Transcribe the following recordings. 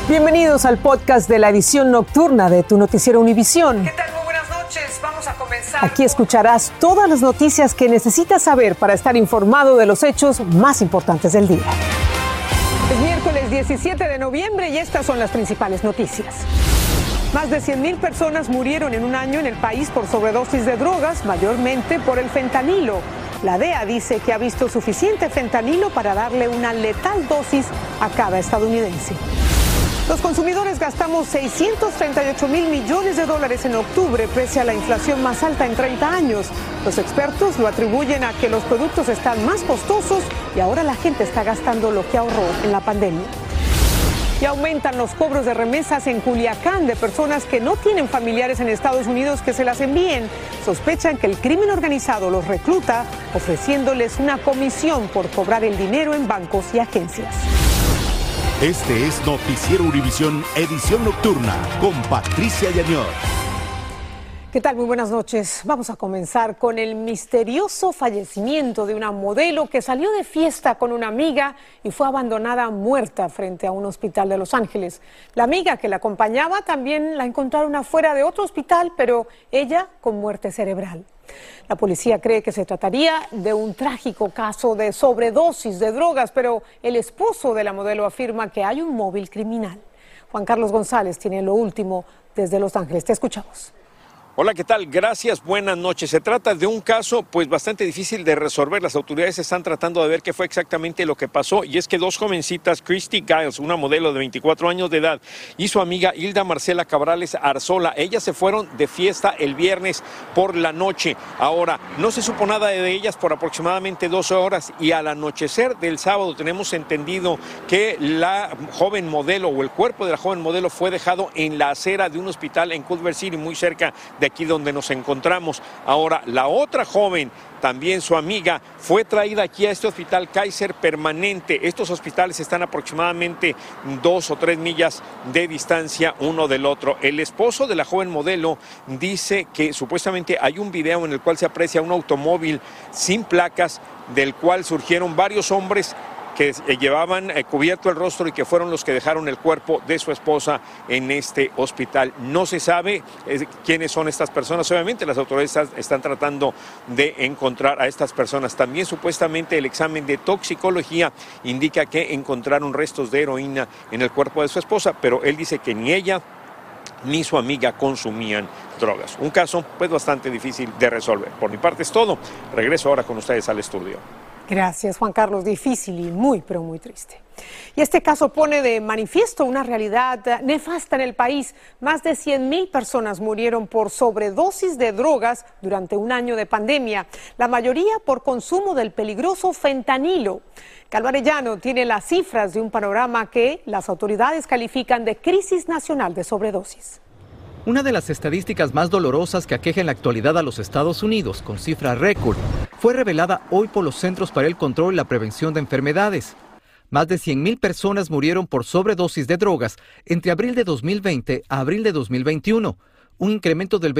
Bienvenidos al podcast de la edición nocturna de tu noticiero Univisión. ¿Qué tal? Muy buenas noches. Vamos a comenzar. Aquí escucharás todas las noticias que necesitas saber para estar informado de los hechos más importantes del día. Es miércoles 17 de noviembre y estas son las principales noticias. Más de 100,000 personas murieron en un año en el país por sobredosis de drogas, mayormente por el fentanilo. La DEA dice que ha visto suficiente fentanilo para darle una letal dosis a cada estadounidense. Los consumidores gastamos $638 mil millones en octubre, pese a la inflación más alta en 30 años. Los expertos lo atribuyen a que los productos están más costosos y ahora la gente está gastando lo que ahorró en la pandemia. Y aumentan los cobros de remesas en Culiacán de personas que no tienen familiares en Estados Unidos que se las envíen. Sospechan que el crimen organizado los recluta, ofreciéndoles una comisión por cobrar el dinero en bancos y agencias. Este es Noticiero Univisión, edición nocturna, con Patricia Yañor. ¿Qué tal? Muy buenas noches. Vamos a comenzar con el misterioso fallecimiento de una modelo que salió de fiesta con una amiga y fue abandonada muerta frente a un hospital de Los Ángeles. La amiga que la acompañaba también la encontraron afuera de otro hospital, pero ella con muerte cerebral. La policía cree que se trataría de un trágico caso de sobredosis de drogas, pero el esposo de la modelo afirma que hay un móvil criminal. Juan Carlos González tiene lo último desde Los Ángeles. Te escuchamos. Hola, ¿qué tal? Gracias, buenas noches. Se trata de un caso bastante difícil de resolver. Las autoridades están tratando de ver qué fue exactamente lo que pasó, y es que dos jovencitas, Christy Giles, una modelo de 24 años de edad, y su amiga Hilda Marcela Cabrales Arzola, ellas se fueron de fiesta el viernes por la noche. Ahora, no se supo nada de ellas por aproximadamente 12 horas y al anochecer del sábado tenemos entendido que la joven modelo o el cuerpo de la joven modelo fue dejado en la acera de un hospital en Culver City, muy cerca de aquí donde nos encontramos. Ahora, la otra joven, también su amiga, fue traída aquí a este hospital Kaiser permanente. Estos hospitales están aproximadamente 2 o 3 millas de distancia uno del otro. El esposo de la joven modelo dice que supuestamente hay un video en el cual se aprecia un automóvil sin placas, del cual surgieron varios hombres que llevaban cubierto el rostro y que fueron los que dejaron el cuerpo de su esposa en este hospital. No se sabe quiénes son estas personas. Obviamente las autoridades están tratando de encontrar a estas personas. También supuestamente el examen de toxicología indica que encontraron restos de heroína en el cuerpo de su esposa, pero él dice que ni ella ni su amiga consumían drogas. Un caso bastante difícil de resolver. Por mi parte es todo. Regreso ahora con ustedes al estudio. Gracias, Juan Carlos. Difícil y muy, pero muy triste. Y este caso pone de manifiesto una realidad nefasta en el país. Más de 100,000 personas murieron por sobredosis de drogas durante un año de pandemia, la mayoría por consumo del peligroso fentanilo. Calvo Arellano tiene las cifras de un panorama que las autoridades califican de crisis nacional de sobredosis. Una de las estadísticas más dolorosas que aqueja en la actualidad a los Estados Unidos, con cifra récord, fue revelada hoy por los Centros para el Control y la Prevención de Enfermedades. Más de 100,000 personas murieron por sobredosis de drogas entre abril de 2020 a abril de 2021, un incremento del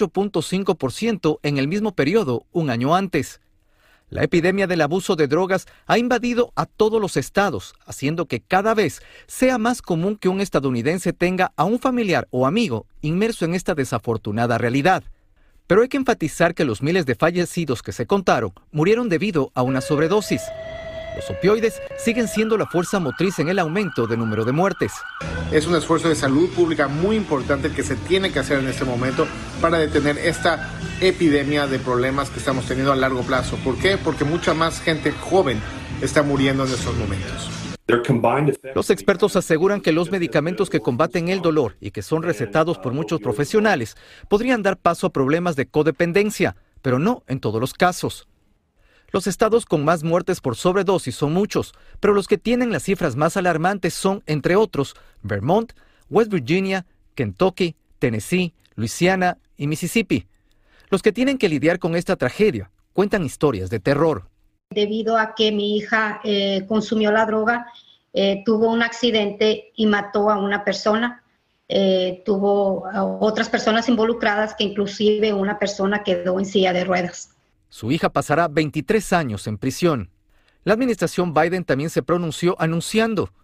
28.5% en el mismo periodo un año antes. La epidemia del abuso de drogas ha invadido a todos los estados, haciendo que cada vez sea más común que un estadounidense tenga a un familiar o amigo inmerso en esta desafortunada realidad. Pero hay que enfatizar que los miles de fallecidos que se contaron murieron debido a una sobredosis. Los opioides siguen siendo la fuerza motriz en el aumento del número de muertes. Es un esfuerzo de salud pública muy importante que se tiene que hacer en este momento para detener esta epidemia de problemas que estamos teniendo a largo plazo. ¿Por qué? Porque mucha más gente joven está muriendo en estos momentos. Los expertos aseguran que los medicamentos que combaten el dolor y que son recetados por muchos profesionales podrían dar paso a problemas de codependencia, pero no en todos los casos. Los estados con más muertes por sobredosis son muchos, pero los que tienen las cifras más alarmantes son, entre otros, Vermont, West Virginia, Kentucky, Tennessee, Luisiana y Mississippi. Los que tienen que lidiar con esta tragedia cuentan historias de terror. Debido a que mi hija consumió la droga, tuvo un accidente y mató a una persona. Tuvo a otras personas involucradas, que inclusive una persona quedó en silla de ruedas. Su hija pasará 23 años en prisión. La administración Biden también se pronunció anunciando: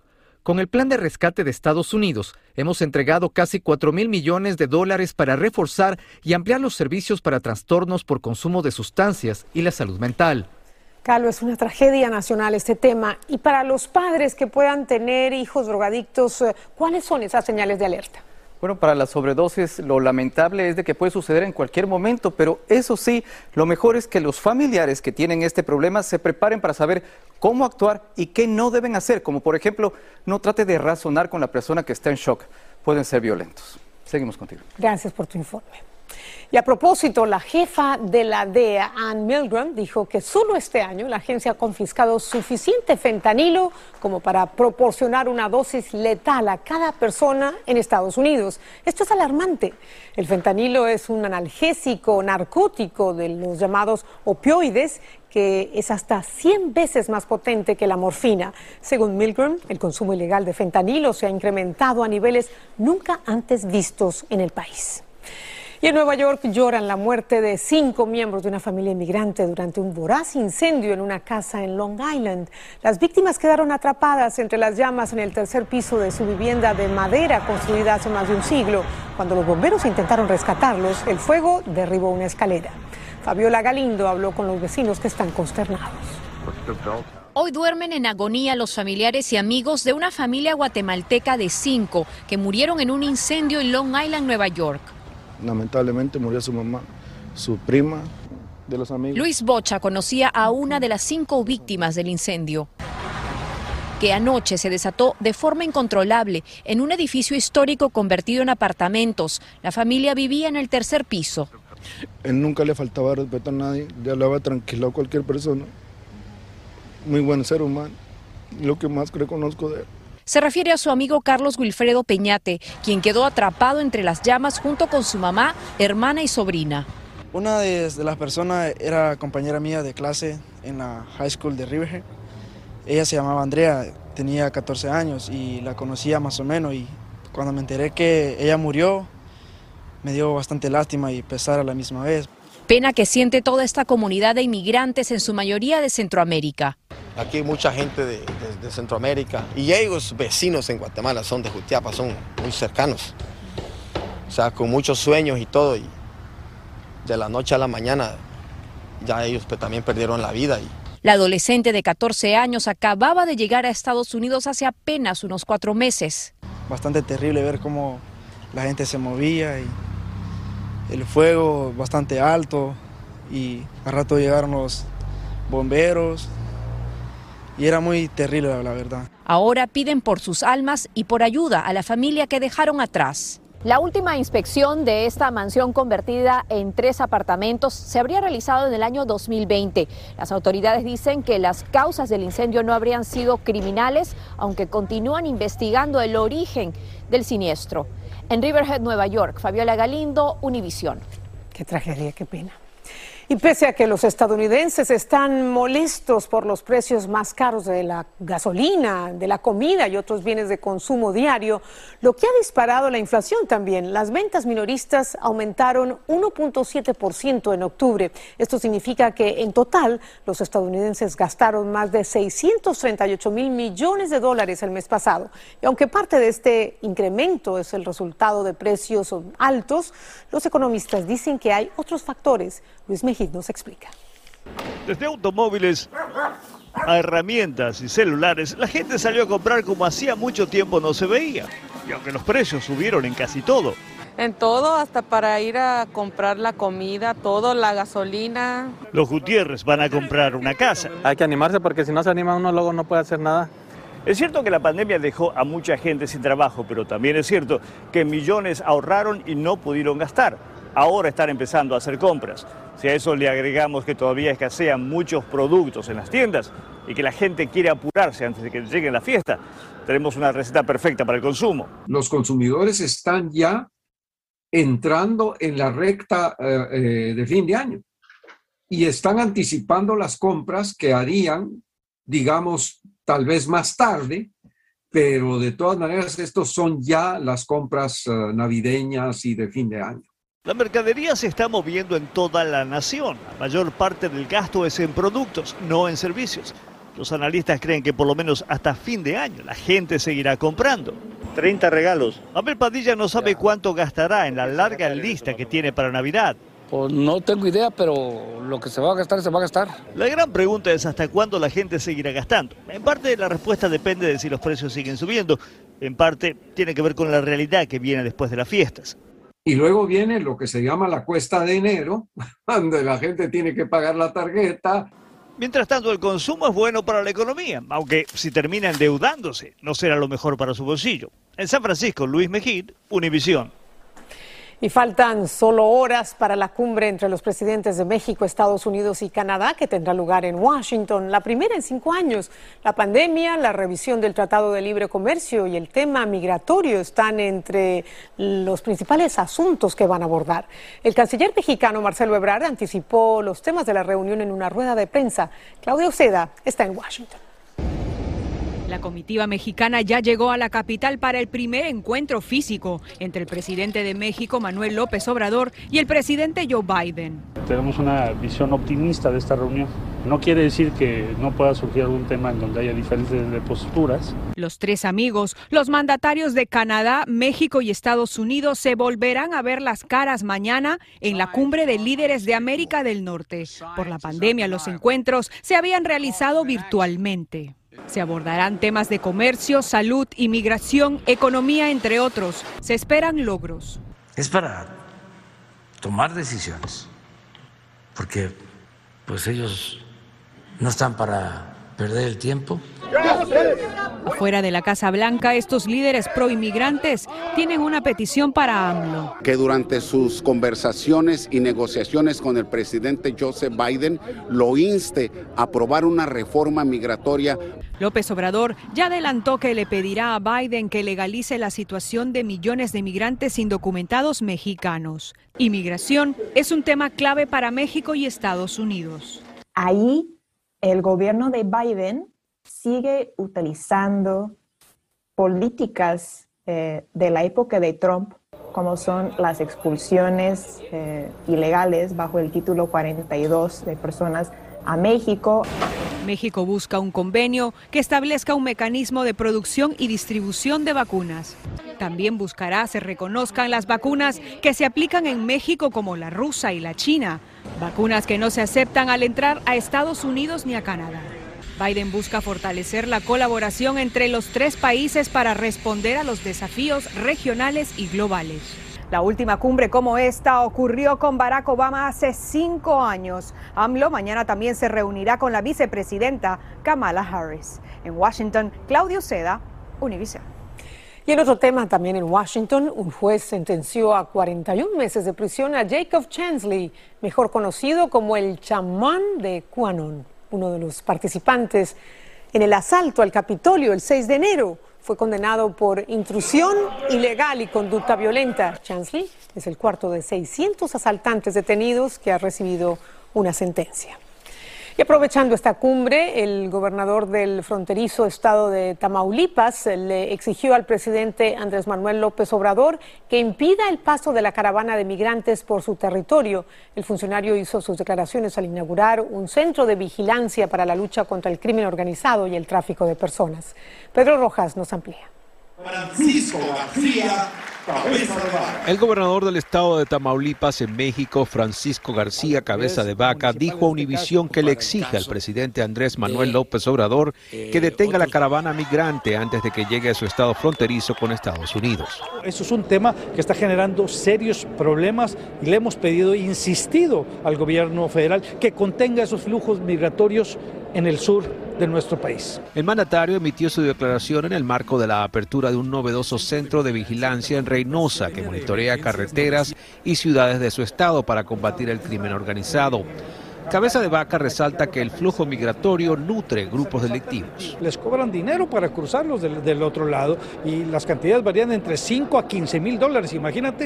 Con el plan de rescate de Estados Unidos, hemos entregado casi $4,000 millones para reforzar y ampliar los servicios para trastornos por consumo de sustancias y la salud mental. Carlos, es una tragedia nacional este tema. Y para los padres que puedan tener hijos drogadictos, ¿cuáles son esas señales de alerta? Bueno, para la sobredosis lo lamentable es de que puede suceder en cualquier momento, pero eso sí, lo mejor es que los familiares que tienen este problema se preparen para saber cómo actuar y qué no deben hacer, como por ejemplo, no trate de razonar con la persona que está en shock, pueden ser violentos. Seguimos contigo. Gracias por tu informe. Y a propósito, la jefa de la DEA, Ann Milgram, dijo que solo este año la agencia ha confiscado suficiente fentanilo como para proporcionar una dosis letal a cada persona en Estados Unidos. Esto es alarmante. El fentanilo es un analgésico narcótico de los llamados opioides que es hasta 100 veces más potente que la morfina. Según Milgram, el consumo ilegal de fentanilo se ha incrementado a niveles nunca antes vistos en el país. Y en Nueva York lloran la muerte de 5 miembros de una familia inmigrante durante un voraz incendio en una casa en Long Island. Las víctimas quedaron atrapadas entre las llamas en el tercer piso de su vivienda de madera construida hace más de un siglo. Cuando los bomberos intentaron rescatarlos, el fuego derribó una escalera. Fabiola Galindo habló con los vecinos que están consternados. Hoy duermen en agonía los familiares y amigos de una familia guatemalteca de 5 que murieron en un incendio en Long Island, Nueva York. Lamentablemente murió su mamá, su prima, de los amigos. Luis Bocha conocía a una de las 5 víctimas del incendio, que anoche se desató de forma incontrolable en un edificio histórico convertido en apartamentos. La familia vivía en el tercer piso. Él nunca le faltaba respeto a nadie, le hablaba tranquilo a cualquier persona. Muy buen ser humano, lo que más reconozco de él. Se refiere a su amigo Carlos Wilfredo Peñate, quien quedó atrapado entre las llamas junto con su mamá, hermana y sobrina. Una de las personas era compañera mía de clase en la high school de Riverhead. Ella se llamaba Andrea, tenía 14 años y la conocía más o menos. Y cuando me enteré que ella murió, me dio bastante lástima y pesar a la misma vez. Pena que siente toda esta comunidad de inmigrantes, en su mayoría de Centroamérica. Aquí hay mucha gente de Centroamérica y ellos vecinos en Guatemala son de Jutiapa, son muy cercanos. O sea, con muchos sueños y todo. Y de la noche a la mañana ya ellos también perdieron la vida. La adolescente de 14 años acababa de llegar a Estados Unidos hace apenas unos 4 meses. Bastante terrible ver cómo la gente se movía y el fuego bastante alto y al rato llegaron los bomberos y era muy terrible la verdad. Ahora piden por sus almas y por ayuda a la familia que dejaron atrás. La última inspección de esta mansión convertida en 3 apartamentos se habría realizado en el año 2020. Las autoridades dicen que las causas del incendio no habrían sido criminales, aunque continúan investigando el origen del siniestro. En Riverhead, Nueva York, Fabiola Galindo, Univisión. Qué tragedia, qué pena. Y pese a que los estadounidenses están molestos por los precios más caros de la gasolina, de la comida y otros bienes de consumo diario, lo que ha disparado la inflación también. Las ventas minoristas aumentaron 1.7% en octubre. Esto significa que en total los estadounidenses gastaron más de $638 mil millones el mes pasado. Y aunque parte de este incremento es el resultado de precios altos, los economistas dicen que hay otros factores. Luis Mejid nos explica. Desde automóviles a herramientas y celulares, la gente salió a comprar como hacía mucho tiempo no se veía. Y aunque los precios subieron en casi todo. En todo, hasta para ir a comprar la comida, todo, la gasolina. Los Gutiérrez van a comprar una casa. Hay que animarse porque si no se anima uno luego no puede hacer nada. Es cierto que la pandemia dejó a mucha gente sin trabajo, pero también es cierto que millones ahorraron y no pudieron gastar. Ahora están empezando a hacer compras. Si a eso le agregamos que todavía escasean muchos productos en las tiendas y que la gente quiere apurarse antes de que llegue la fiesta, tenemos una receta perfecta para el consumo. Los consumidores están ya entrando en la recta de fin de año y están anticipando las compras que harían, digamos, tal vez más tarde, pero de todas maneras estos son ya las compras navideñas y de fin de año. La mercadería se está moviendo en toda la nación. La mayor parte del gasto es en productos, no en servicios. Los analistas creen que por lo menos hasta fin de año la gente seguirá comprando. 30 regalos. Abel Padilla no sabe cuánto gastará en la larga lista que tiene para Navidad. Pues no tengo idea, pero lo que se va a gastar, se va a gastar. La gran pregunta es hasta cuándo la gente seguirá gastando. En parte la respuesta depende de si los precios siguen subiendo. En parte tiene que ver con la realidad que viene después de las fiestas. Y luego viene lo que se llama la cuesta de enero, donde la gente tiene que pagar la tarjeta. Mientras tanto, el consumo es bueno para la economía, aunque si termina endeudándose, no será lo mejor para su bolsillo. En San Francisco, Luis Mejid, Univisión. Y faltan solo horas para la cumbre entre los presidentes de México, Estados Unidos y Canadá, que tendrá lugar en Washington, la primera en 5 años. La pandemia, la revisión del Tratado de Libre Comercio y el tema migratorio están entre los principales asuntos que van a abordar. El canciller mexicano Marcelo Ebrard anticipó los temas de la reunión en una rueda de prensa. Claudia Uceda está en Washington. La comitiva mexicana ya llegó a la capital para el primer encuentro físico entre el presidente de México, Manuel López Obrador, y el presidente Joe Biden. Tenemos una visión optimista de esta reunión. No quiere decir que no pueda surgir algún tema en donde haya diferentes posturas. Los tres amigos, los mandatarios de Canadá, México y Estados Unidos, se volverán a ver las caras mañana en la cumbre de líderes de América del Norte. Por la pandemia, los encuentros se habían realizado virtualmente. Se abordarán temas de comercio, salud, inmigración, economía, entre otros. Se esperan logros. Es para tomar decisiones, porque pues ellos no están para perder el tiempo. Afuera de la Casa Blanca, estos líderes proinmigrantes tienen una petición para AMLO. Que durante sus conversaciones y negociaciones con el presidente Joseph Biden lo inste a aprobar una reforma migratoria. López Obrador ya adelantó que le pedirá a Biden que legalice la situación de millones de migrantes indocumentados mexicanos. Inmigración es un tema clave para México y Estados Unidos. Ahí el gobierno de Biden sigue utilizando políticas de la época de Trump, como son las expulsiones ilegales bajo el título 42 de personas a México. México busca un convenio que establezca un mecanismo de producción y distribución de vacunas. También buscará se reconozcan las vacunas que se aplican en México, como la rusa y la china, vacunas que no se aceptan al entrar a Estados Unidos ni a Canadá. Biden busca fortalecer la colaboración entre los tres países para responder a los desafíos regionales y globales. La última cumbre como esta ocurrió con Barack Obama hace 5 años. AMLO mañana también se reunirá con la vicepresidenta Kamala Harris. En Washington, Claudia Uceda, Univisión. Y en otro tema, también en Washington, un juez sentenció a 41 meses de prisión a Jacob Chansley, mejor conocido como el chamán de QAnon, uno de los participantes en el asalto al Capitolio el 6 de enero. Fue condenado por intrusión ilegal y conducta violenta. Chansley es el cuarto de 600 asaltantes detenidos que ha recibido una sentencia. Y aprovechando esta cumbre, el gobernador del fronterizo estado de Tamaulipas le exigió al presidente Andrés Manuel López Obrador que impida el paso de la caravana de migrantes por su territorio. El funcionario hizo sus declaraciones al inaugurar un centro de vigilancia para la lucha contra el crimen organizado y el tráfico de personas. Pedro Rojas nos amplía. Francisco García, Cabeza de Vaca. El gobernador del estado de Tamaulipas en México, Francisco García Cabeza de Vaca, dijo a Univisión que le exige al presidente Andrés Manuel López Obrador que detenga la caravana migrante antes de que llegue a su estado fronterizo con Estados Unidos. Eso es un tema que está generando serios problemas y le hemos insistido al gobierno federal que contenga esos flujos migratorios en el sur de nuestro país. El mandatario emitió su declaración en el marco de la apertura de un novedoso centro de vigilancia en Reynosa que monitorea carreteras y ciudades de su estado para combatir el crimen organizado. Cabeza de Vaca resalta que el flujo migratorio nutre grupos delictivos. Les cobran dinero para cruzarlos del otro lado y las cantidades varían entre $5 a $15,000. Imagínate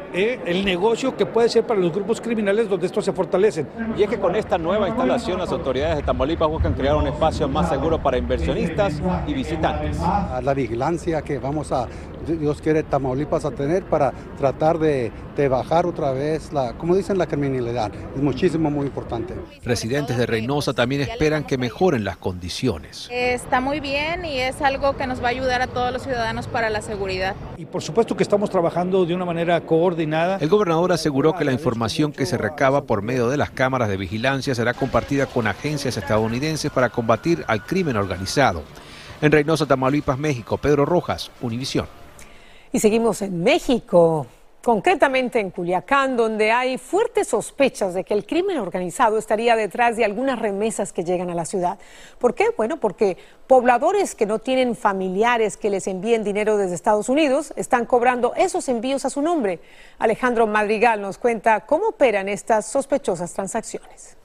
el negocio que puede ser para los grupos criminales donde estos se fortalecen. Y es que con esta nueva instalación las autoridades de Tamaulipas buscan crear un espacio más seguro para inversionistas y visitantes. La vigilancia que Dios quiere Tamaulipas a tener para tratar de bajar otra vez como dicen, la criminalidad. Es muy importante. Residentes de Reynosa también esperan que mejoren las condiciones. Está muy bien y es algo que nos va a ayudar a todos los ciudadanos para la seguridad. Y por supuesto que estamos trabajando de una manera coordinada. El gobernador aseguró que la información que se recaba por medio de las cámaras de vigilancia será compartida con agencias estadounidenses para combatir al crimen organizado. En Reynosa, Tamaulipas, México, Pedro Rojas, Univisión. Y seguimos en México, concretamente en Culiacán, donde hay fuertes sospechas de que el crimen organizado estaría detrás de algunas remesas que llegan a la ciudad. ¿Por qué? Bueno, porque pobladores que no tienen familiares que les envíen dinero desde Estados Unidos están cobrando esos envíos a su nombre. Alejandro Madrigal nos cuenta cómo operan estas sospechosas transacciones.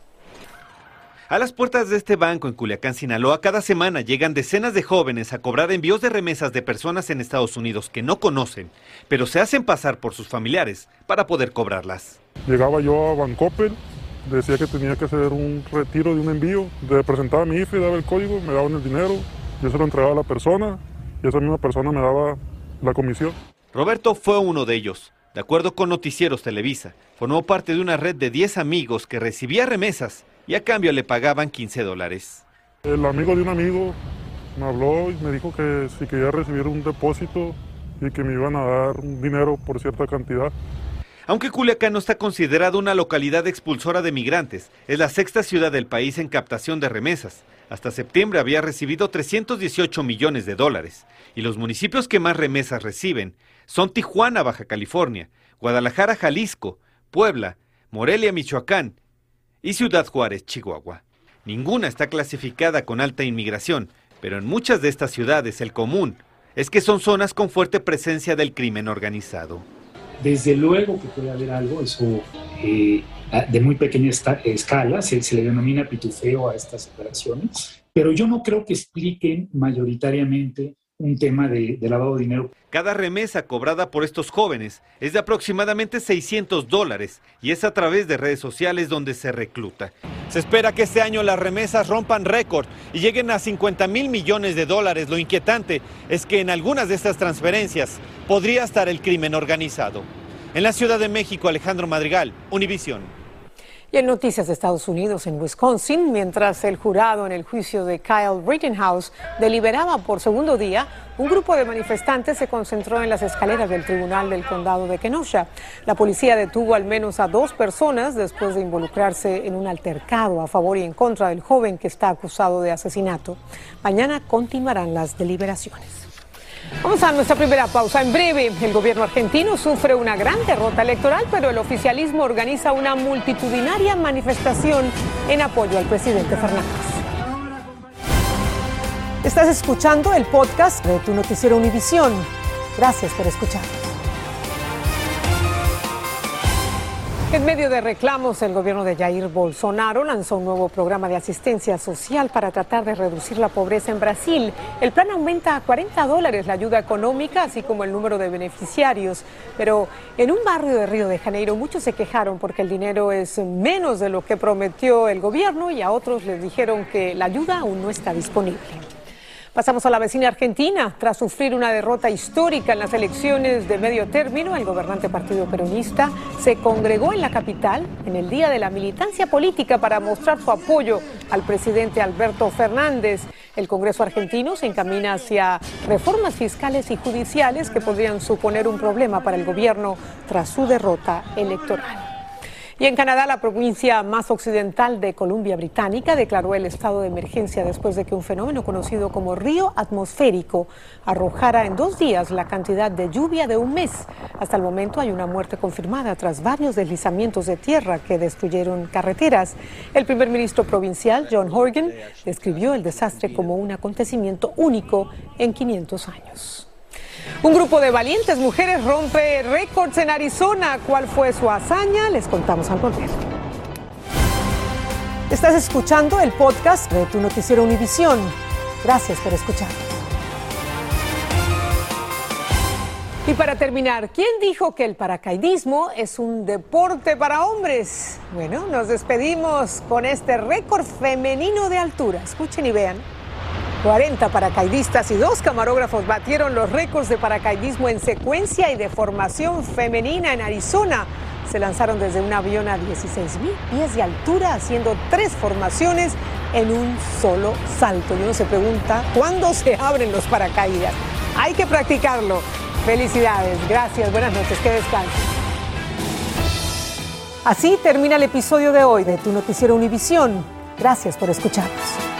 A las puertas de este banco en Culiacán, Sinaloa, cada semana llegan decenas de jóvenes a cobrar envíos de remesas de personas en Estados Unidos que no conocen, pero se hacen pasar por sus familiares para poder cobrarlas. Llegaba yo a Bancoppel, decía que tenía que hacer un retiro de un envío, presentaba mi IFE, daba el código, me daban el dinero, yo se lo entregaba a la persona y esa misma persona me daba la comisión. Roberto fue uno de ellos. De acuerdo con Noticieros Televisa, formó parte de una red de 10 amigos que recibía remesas y a cambio le pagaban $15. El amigo de un amigo me habló y me dijo que si quería recibir un depósito y que me iban a dar un dinero por cierta cantidad. Aunque Culiacán no está considerado una localidad expulsora de migrantes, es la sexta ciudad del país en captación de remesas. Hasta septiembre había recibido $318 millones y los municipios que más remesas reciben son Tijuana, Baja California, Guadalajara, Jalisco, Puebla, Morelia, Michoacán y Ciudad Juárez, Chihuahua. Ninguna está clasificada con alta inmigración, pero en muchas de estas ciudades el común es que son zonas con fuerte presencia del crimen organizado. Desde luego que puede haber algo, eso de muy pequeña escala, se le denomina pitufeo a estas operaciones, pero yo no creo que expliquen mayoritariamente un tema de lavado de dinero. Cada remesa cobrada por estos jóvenes es de aproximadamente $600 y es a través de redes sociales donde se recluta. Se espera que este año las remesas rompan récord y lleguen a $50,000 millones. Lo inquietante es que en algunas de estas transferencias podría estar el crimen organizado. En la Ciudad de México, Alejandro Madrigal, Univisión. Y en noticias de Estados Unidos, en Wisconsin, mientras el jurado en el juicio de Kyle Rittenhouse deliberaba por segundo día, un grupo de manifestantes se concentró en las escaleras del tribunal del condado de Kenosha. La policía detuvo al menos a 2 personas después de involucrarse en un altercado a favor y en contra del joven que está acusado de asesinato. Mañana continuarán las deliberaciones. Vamos a nuestra primera pausa. En breve, el gobierno argentino sufre una gran derrota electoral, pero el oficialismo organiza una multitudinaria manifestación en apoyo al presidente Fernández. Estás escuchando el podcast de tu noticiero Univisión. Gracias por escucharnos. En medio de reclamos, el gobierno de Jair Bolsonaro lanzó un nuevo programa de asistencia social para tratar de reducir la pobreza en Brasil. El plan aumenta a $40 la ayuda económica, así como el número de beneficiarios. Pero en un barrio de Río de Janeiro, muchos se quejaron porque el dinero es menos de lo que prometió el gobierno y a otros les dijeron que la ayuda aún no está disponible. Pasamos a la vecina Argentina. Tras sufrir una derrota histórica en las elecciones de medio término, el gobernante partido peronista se congregó en la capital en el Día de la Militancia Política para mostrar su apoyo al presidente Alberto Fernández. El Congreso argentino se encamina hacia reformas fiscales y judiciales que podrían suponer un problema para el gobierno tras su derrota electoral. Y en Canadá, la provincia más occidental de Columbia Británica declaró el estado de emergencia después de que un fenómeno conocido como río atmosférico arrojara en 2 días la cantidad de lluvia de un mes. Hasta el momento hay una muerte confirmada tras varios deslizamientos de tierra que destruyeron carreteras. El primer ministro provincial, John Horgan, describió el desastre como un acontecimiento único en 500 años. Un grupo de valientes mujeres rompe récords en Arizona. ¿Cuál fue su hazaña? Les contamos al volver. Estás escuchando el podcast de tu noticiero Univisión. Gracias por escucharnos. Y para terminar, ¿quién dijo que el paracaidismo es un deporte para hombres? Bueno, nos despedimos con este récord femenino de altura. Escuchen y vean. 40 paracaidistas y 2 camarógrafos batieron los récords de paracaidismo en secuencia y de formación femenina en Arizona. Se lanzaron desde un avión a 16,000 pies de altura, haciendo 3 formaciones en un solo salto. Y uno se pregunta, ¿cuándo se abren los paracaídas? Hay que practicarlo. Felicidades, gracias, buenas noches, que descansen. Así termina el episodio de hoy de Tu Noticiero Univisión. Gracias por escucharnos.